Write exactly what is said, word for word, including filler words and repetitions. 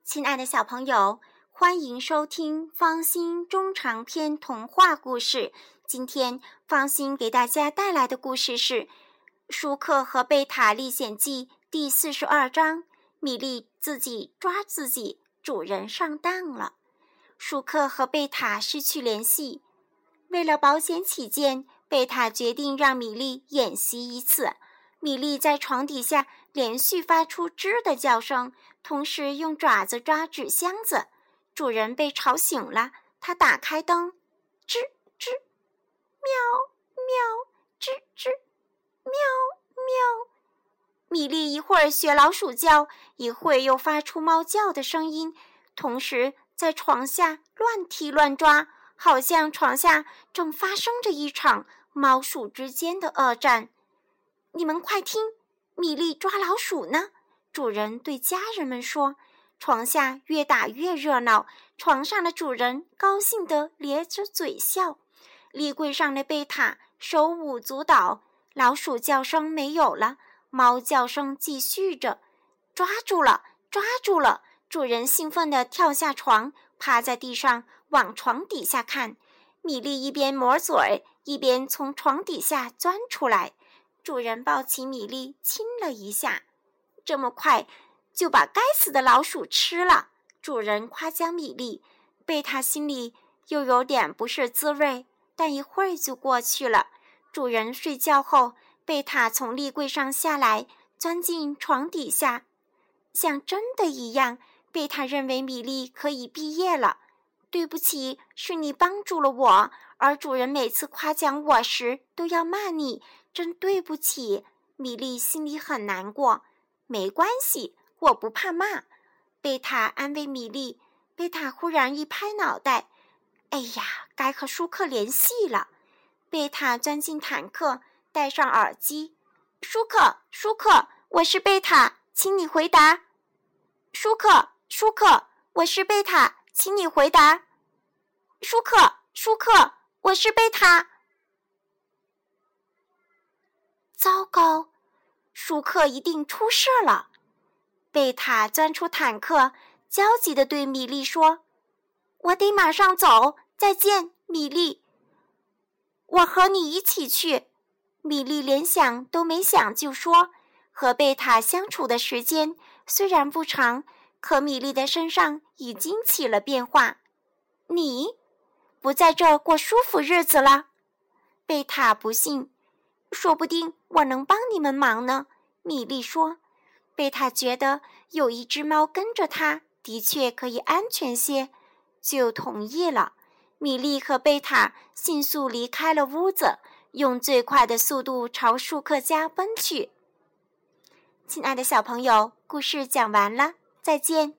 亲爱的小朋友，欢迎收听方欣中长篇童话故事。今天方欣给大家带来的故事是《舒克和贝塔历险记》第四十二章，米莉自己抓自己，主人上当了。舒克和贝塔失去联系，为了保险起见，贝塔决定让米莉演习一次。米莉在床底下连续发出吱的叫声，同时用爪子抓纸箱子。主人被吵醒了，他打开灯，吱吱，喵喵，吱吱，喵喵。米莉一会儿学老鼠叫，一会儿又发出猫叫的声音，同时在床下乱踢乱抓，好像床下正发生着一场猫鼠之间的恶战。你们快听，米莉抓老鼠呢！主人对家人们说。床下越打越热闹，床上的主人高兴地咧着嘴笑。立柜上的贝塔手舞足蹈，老鼠叫声没有了，猫叫声继续着。抓住了，抓住了！主人兴奋地跳下床，趴在地上往床底下看。米莉一边抹嘴，一边从床底下钻出来。主人抱起米莉亲了一下，这么快就把该死的老鼠吃了。主人夸奖米莉，贝塔心里又有点不是滋味，但一会儿就过去了。主人睡觉后，贝塔从立柜上下来，钻进床底下。像真的一样，贝塔认为米莉可以毕业了。对不起，是你帮助了我，而主人每次夸奖我时都要骂你，真对不起。米莉心里很难过。没关系，我不怕骂。贝塔安慰米莉。贝塔忽然一拍脑袋，哎呀，该和舒克联系了。贝塔钻进坦克，戴上耳机。舒克，舒克，我是贝塔，请你回答。舒克，舒克，我是贝塔，请你回答。舒克，舒克，我是贝塔。糟糕，舒克一定出事了。贝塔钻出坦克，焦急地对米莉说：我得马上走，再见，米莉。我和你一起去。米莉连想都没想就说，和贝塔相处的时间虽然不长，可米莉的身上已经起了变化。你不在这儿过舒服日子了？贝塔不信。说不定我能帮你们忙呢，米莉说。贝塔觉得有一只猫跟着他的确可以安全些，就同意了。米莉和贝塔迅速离开了屋子，用最快的速度朝舒克家奔去。亲爱的小朋友，故事讲完了，再见。